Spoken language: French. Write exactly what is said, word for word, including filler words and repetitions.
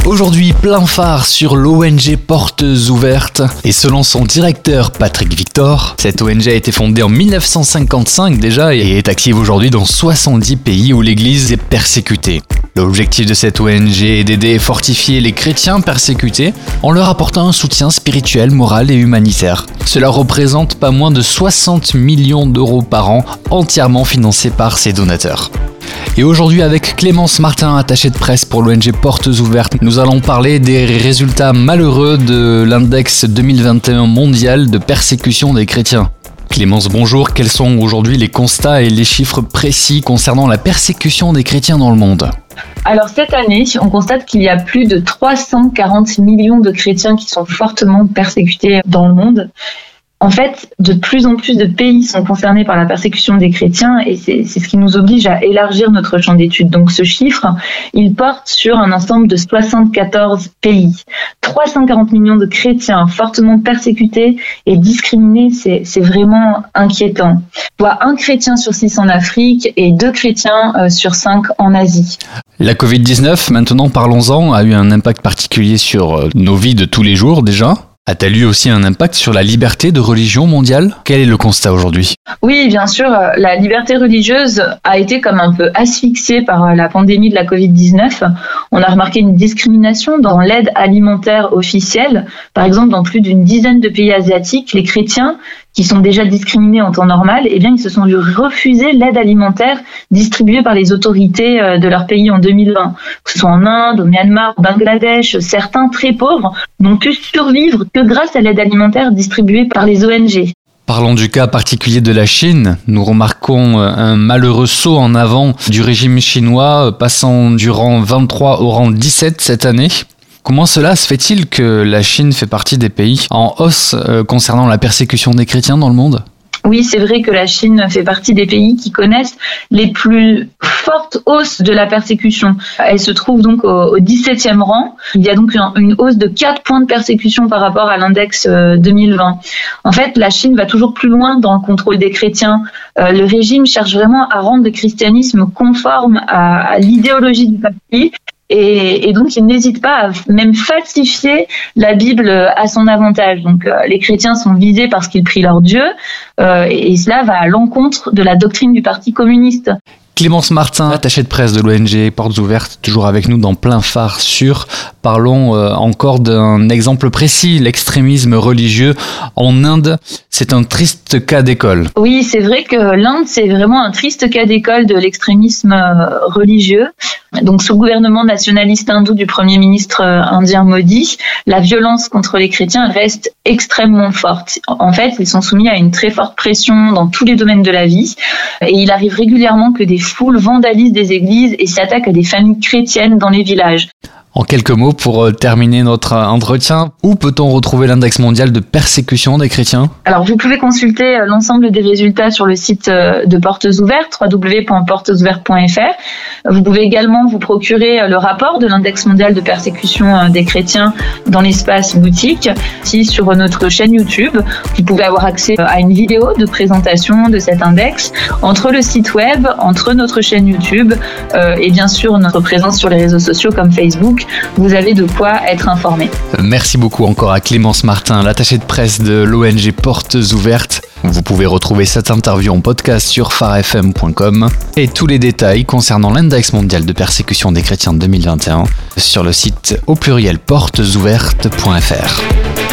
Aujourd'hui, plein phare sur l'O N G Portes Ouvertes. Et selon son directeur Patrick Victor, cette O N G a été fondée en dix-neuf cent cinquante-cinq déjà et est active aujourd'hui dans soixante-dix pays où l'Église est persécutée. L'objectif de cette O N G est d'aider et fortifier les chrétiens persécutés en leur apportant un soutien spirituel, moral et humanitaire. Cela représente pas moins de soixante millions d'euros par an, entièrement financés par ses donateurs. Et aujourd'hui, avec Clémence Martin, attachée de presse pour l'O N G Portes Ouvertes, nous allons parler des résultats malheureux de l'index deux mille vingt et un mondial de persécution des chrétiens. Clémence, bonjour. Quels sont aujourd'hui les constats et les chiffres précis concernant la persécution des chrétiens dans le monde ? Alors cette année, on constate qu'il y a plus de trois cent quarante millions de chrétiens qui sont fortement persécutés dans le monde. En fait, de plus en plus de pays sont concernés par la persécution des chrétiens et c'est, c'est ce qui nous oblige à élargir notre champ d'études. Donc ce chiffre, il porte sur un ensemble de soixante-quatorze pays. trois cent quarante millions de chrétiens fortement persécutés et discriminés, c'est, c'est vraiment inquiétant. On voit un chrétien sur six en Afrique et deux chrétiens euh, sur cinq en Asie. La covid dix-neuf, maintenant parlons-en, a eu un impact particulier sur nos vies de tous les jours déjà. A-t-elle eu aussi un impact sur la liberté de religion mondiale ? Quel est le constat aujourd'hui ? Oui, bien sûr, la liberté religieuse a été comme un peu asphyxiée par la pandémie de la covid dix-neuf. On a remarqué une discrimination dans l'aide alimentaire officielle. Par exemple, dans plus d'une dizaine de pays asiatiques, les chrétiens qui sont déjà discriminés en temps normal, eh bien, ils se sont vus refuser l'aide alimentaire distribuée par les autorités de leur pays en deux mille vingt. Que ce soit en Inde, au Myanmar, au Bangladesh, certains très pauvres n'ont pu survivre que grâce à l'aide alimentaire distribuée par les O N G. Parlons du cas particulier de la Chine. Nous remarquons un malheureux saut en avant du régime chinois, passant du rang vingt-trois au rang dix-sept cette année. Comment cela se fait-il que la Chine fait partie des pays en hausse euh, concernant la persécution des chrétiens dans le monde ? Oui, c'est vrai que la Chine fait partie des pays qui connaissent les plus fortes hausses de la persécution. Elle se trouve donc au dix-septième rang. Il y a donc une hausse de quatre points de persécution par rapport à l'index deux mille vingt. En fait, la Chine va toujours plus loin dans le contrôle des chrétiens. Le régime cherche vraiment à rendre le christianisme conforme à, à l'idéologie du parti. Et, et donc, il n'hésite pas à même falsifier la Bible à son avantage. Donc, euh, les chrétiens sont visés parce qu'ils prient leur Dieu, euh, et, et cela va à l'encontre de la doctrine du Parti communiste. Clémence Martin, attachée de presse de l'O N G Portes Ouvertes, toujours avec nous dans Plein Phare Sur. Parlons euh, encore d'un exemple précis, l'extrémisme religieux en Inde. C'est un triste cas d'école. Oui, c'est vrai que l'Inde, c'est vraiment un triste cas d'école de l'extrémisme euh, religieux. Donc, sous le gouvernement nationaliste hindou du Premier ministre euh, indien Modi, la violence contre les chrétiens reste extrêmement forte. En fait, ils sont soumis à une très forte pression dans tous les domaines de la vie. Et il arrive régulièrement que des foules vandalisent des églises et s'attaquent à des familles chrétiennes dans les villages. En quelques mots, pour terminer notre entretien, où peut-on retrouver l'index mondial de persécution des chrétiens ? Alors, vous pouvez consulter l'ensemble des résultats sur le site de Portes Ouvertes, w w w point portes ouvertes point f r. Vous pouvez également vous procurer le rapport de l'index mondial de persécution des chrétiens dans l'espace boutique. Ici, sur notre chaîne YouTube, vous pouvez avoir accès à une vidéo de présentation de cet index entre le site web, entre notre chaîne YouTube euh, et bien sûr notre présence sur les réseaux sociaux comme Facebook. Vous avez de quoi être informé. Merci beaucoup encore à Clémence Martin, l'attachée de presse de l'O N G Portes Ouvertes. Vous pouvez retrouver cette interview en podcast sur phare f m point com et tous les détails concernant l'index mondial de persécution des chrétiens deux mille vingt et un sur le site au pluriel portes ouvertes point f r.